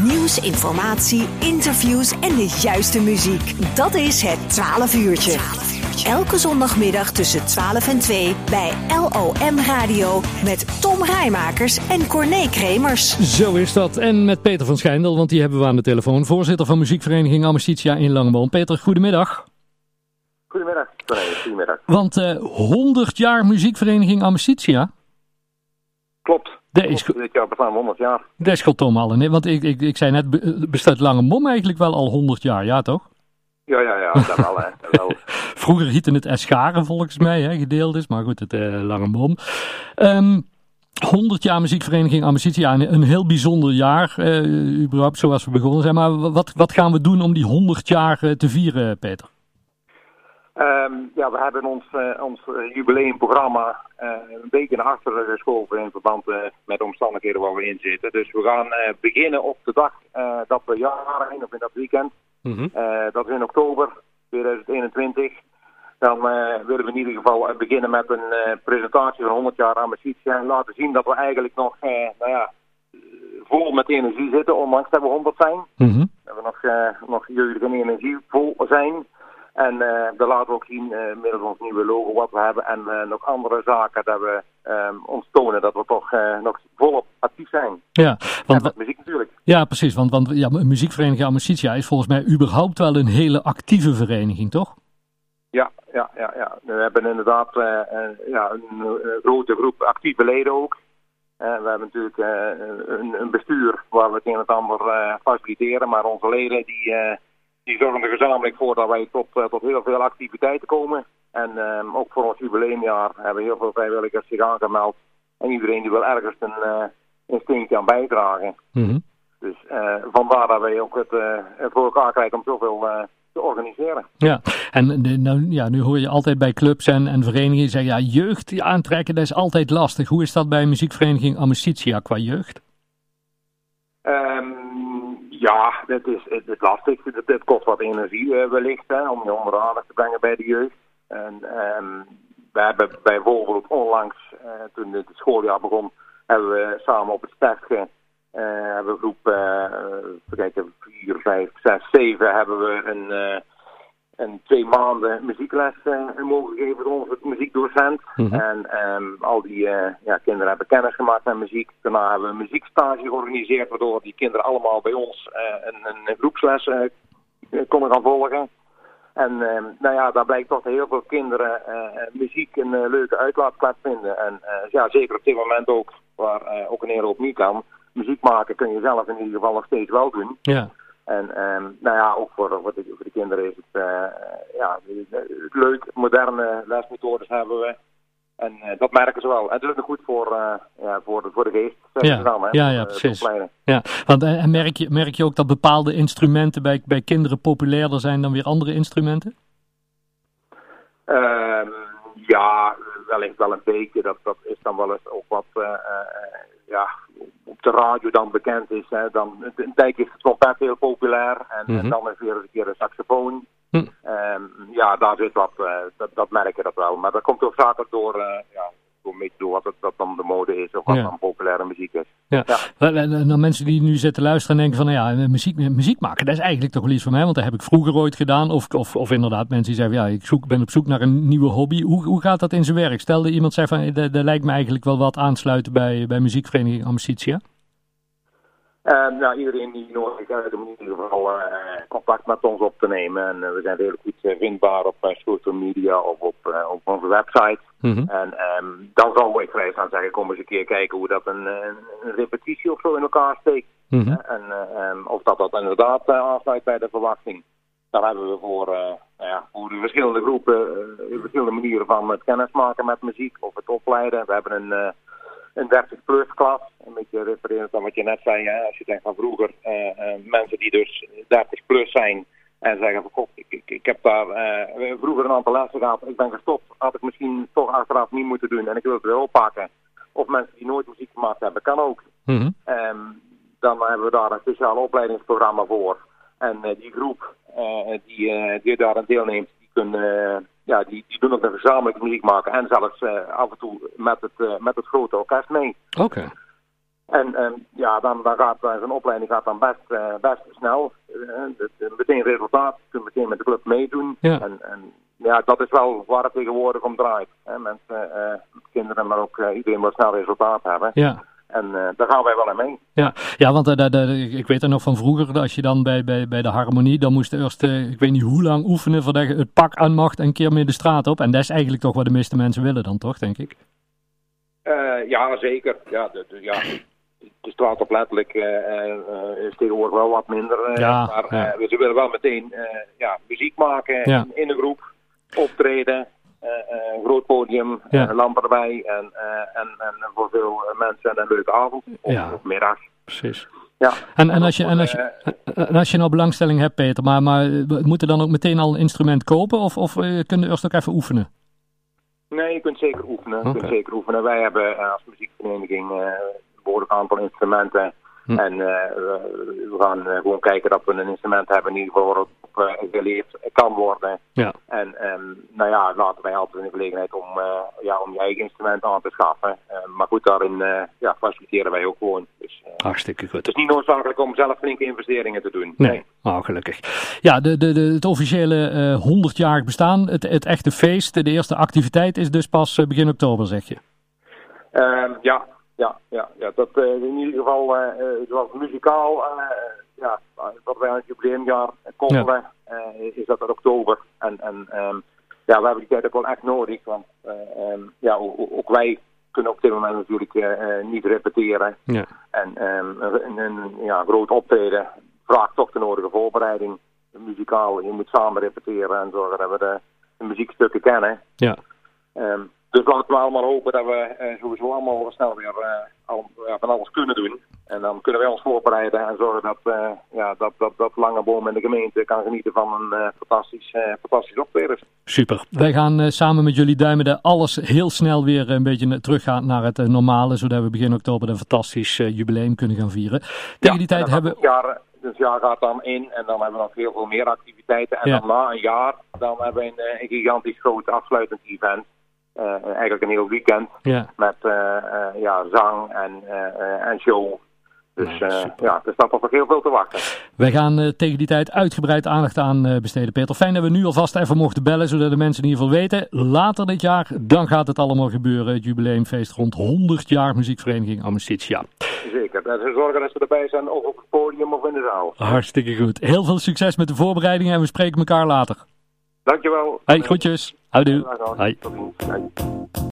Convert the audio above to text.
Nieuws, informatie, interviews en de juiste muziek. Dat is het 12 uurtje. Elke zondagmiddag tussen 12 en 2 bij LOM Radio met Tom Rijmakers en Corné Kremers. Zo is dat. En met Peter van Schijndel, want die hebben we aan de telefoon. Voorzitter van muziekvereniging Amicitia in Langeboom. Peter, goedemiddag. Goedemiddag. Goedemiddag. Want 100 jaar muziekvereniging Amicitia? Klopt. Dit jaar bestaan we 100 jaar. Dat is goed, Tom Allen. Nee, want ik zei net, bestaat Langeboom eigenlijk wel al 100 jaar, ja toch? Ja, dat wel, hè. Dat wel. Vroeger hiette het Escharen volgens mij, hè, gedeeld is, maar goed, het Langeboom. 100 jaar muziekvereniging Amicitia, een heel bijzonder jaar, überhaupt zoals we begonnen zijn. Maar wat gaan we doen om die 100 jaar te vieren, Peter? We hebben ons jubileumprogramma een beetje naar achteren geschoven in verband met de omstandigheden waar we in zitten. Dus we gaan beginnen op de dag dat we jaren heen, of in dat weekend. Mm-hmm. Dat is in oktober 2021. Dan willen we in ieder geval beginnen met een presentatie van 100 jaar Amicitia. En laten zien dat we eigenlijk nog vol met energie zitten, ondanks dat we 100 zijn. Mm-hmm. Dat we nog jeugdig en energievol zijn. En dat laten we ook zien middels ons nieuwe logo wat we hebben. En nog andere zaken dat we ons tonen dat we toch nog volop actief zijn. Ja, want en met muziek natuurlijk. Ja, precies. Want muziekvereniging Amicitia is volgens mij überhaupt wel een hele actieve vereniging, toch? Ja. We hebben inderdaad een grote groep actieve leden ook. We hebben natuurlijk een bestuur waar we het een en ander faciliteren. Maar onze leden die zorgen er gezamenlijk voor dat wij tot heel veel activiteiten komen. En ook voor ons jubileumjaar hebben heel veel vrijwilligers zich aangemeld. En iedereen die wil ergens een steentje aan bijdragen. Mm-hmm. Dus vandaar dat wij ook het voor elkaar krijgen om zoveel te organiseren. Ja, en nu hoor je altijd bij clubs en verenigingen zeggen, ja, jeugd aantrekken, dat is altijd lastig. Hoe is dat bij muziekvereniging Amicitia qua jeugd? Ja, het is lastig. Het kost wat energie wellicht, hè, om je onder aandacht te brengen bij de jeugd. En we hebben bijvoorbeeld onlangs, toen het schooljaar begon, hebben we samen op het Sterfje, hebben we groep 4, 5, 6, 7, hebben we een 2 maanden muziekles mogen geven door onze muziekdocent. Mm-hmm. En al die kinderen hebben kennis gemaakt met muziek. Daarna hebben we een muziekstage georganiseerd, waardoor die kinderen allemaal bij ons een groepsles konden gaan volgen. En daar blijkt toch dat heel veel kinderen muziek een leuke uitlaatklep vinden. En zeker op dit moment ook, waar ook een hele hoop niet kan. Muziek maken kun je zelf in ieder geval nog steeds wel doen. Ja. En ook voor de kinderen is het leuk, moderne lesmethodes hebben we. En dat merken ze wel. En dat is ook goed voor de geest. Ja, precies. Ja, want en merk je ook dat bepaalde instrumenten bij kinderen populairder zijn dan weer andere instrumenten? Wellicht wel een beetje. Dat is dan wel eens ook wat op de radio dan bekend is. Hè. Dan, een tijdje is het trompet heel populair. En dan is weer eens een keer een saxofoon. Daar zit wat, dat merk je dat wel. Maar dat komt ook vaak door wat dat dan de mode is of wat dan populaire muziek is. Ja. En dan mensen die nu zitten luisteren en denken van muziek maken, dat is eigenlijk toch wel iets voor mij, want dat heb ik vroeger ooit gedaan. Of inderdaad mensen die zeggen, ik ben op zoek naar een nieuwe hobby. Hoe gaat dat in zijn werk? Stel dat iemand zegt van, dat lijkt me eigenlijk wel wat aansluiten bij muziekvereniging Amicitia. Iedereen die nodig heeft om in ieder geval contact met ons op te nemen. En we zijn redelijk goed vindbaar op social media of op onze website. Mm-hmm. En dan zou ik vrij gaan zeggen, kom eens een keer kijken hoe dat een repetitie of zo in elkaar steekt. Mm-hmm. En of dat inderdaad aansluit bij de verwachting. Daar hebben we voor de verschillende groepen verschillende manieren van het kennismaken met muziek of het opleiden. We hebben een 30-plus klas, een beetje refererend aan wat je net zei. Hè? Als je denkt van vroeger, mensen die dus 30-plus zijn en zeggen van god, ik heb daar vroeger een aantal lessen gehad, ik ben gestopt, had ik misschien toch achteraf niet moeten doen en ik wil het weer oppakken. Of mensen die nooit muziek gemaakt hebben, kan ook. Mm-hmm. Dan hebben we daar een speciaal opleidingsprogramma voor. En die groep die daar aan deelneemt, die doen ook een gezamenlijke muziek maken en zelfs af en toe met het grote orkest mee. Oké. En ja, dan gaat zo'n opleiding gaat dan best snel. Meteen resultaat, je kunt meteen met de club meedoen. Ja. En ja, dat is wel waar het tegenwoordig om draait. Mensen, kinderen, maar ook iedereen wil snel resultaat hebben. Ja. En daar gaan wij wel aan mee. Ja, want ik weet er nog van vroeger, als je dan bij de harmonie, dan moest je eerst, ik weet niet hoe lang oefenen voordat je het pak aan mocht en een keer mee de straat op. En dat is eigenlijk toch wat de meeste mensen willen dan, toch, denk ik? Ja, zeker. Ja, de straat op letterlijk is tegenwoordig wel wat minder. Maar ze willen wel meteen muziek maken in de groep, optreden. Een groot podium, lampen erbij en voor veel mensen een leuke avond of middag. Precies. Ja. En als je nou belangstelling hebt, Peter, maar moet je dan ook meteen al een instrument kopen of kun je eerst ook even oefenen? Nee, je kunt zeker oefenen. Wij hebben als muziekvereniging een behoorlijk aantal instrumenten. En we gaan gewoon kijken dat we een instrument hebben in ieder geval waarop geleerd kan worden. Ja. En laten wij altijd in de gelegenheid om je eigen instrument aan te schaffen. Maar goed, daarin faciliteren wij ook gewoon. Dus, hartstikke goed. Het is niet noodzakelijk om zelf flinke investeringen te doen. Nee. Oh, gelukkig. Ja, het officiële 100-jarig bestaan, het echte feest, de eerste activiteit is dus pas begin oktober, zeg je? Ja, dat in ieder geval, zoals muzikaal, wat wij aan het jubileumjaar koppelen, is dat in oktober. En we hebben die tijd ook wel echt nodig, want ook wij kunnen op dit moment natuurlijk niet repeteren. Ja. En een groot optreden vraagt toch de nodige voorbereiding. Muzikaal, je moet samen repeteren en zorgen dat we de muziekstukken kennen. Ja. Dus laten we allemaal hopen dat we sowieso allemaal snel weer van alles kunnen doen. En dan kunnen wij ons voorbereiden en zorgen dat Langeboom en de gemeente kan genieten van een fantastisch optreden. Super. Wij gaan samen met jullie duimen dat alles heel snel weer een beetje teruggaat naar het normale, zodat we begin oktober een fantastisch jubileum kunnen gaan vieren. Tegen die tijd hebben we... Dus jaar gaat dan in en dan hebben we nog heel veel meer activiteiten. En dan na een jaar, dan hebben we een gigantisch groot afsluitend event. Eigenlijk een heel weekend met zang en show. Dus er staat nog heel veel te wachten. Wij gaan tegen die tijd uitgebreid aandacht aan besteden, Peter. Fijn dat we nu alvast even mochten bellen, zodat de mensen in ieder geval weten. Later dit jaar, dan gaat het allemaal gebeuren. Het jubileumfeest rond 100 jaar muziekvereniging Amicitia. Zeker. En ze zorgen dat ze erbij zijn, of op het podium of in de zaal. Hartstikke goed. Heel veel succes met de voorbereidingen en we spreken elkaar later. Dankjewel. Hey, groetjes. Houdoe. Hoi.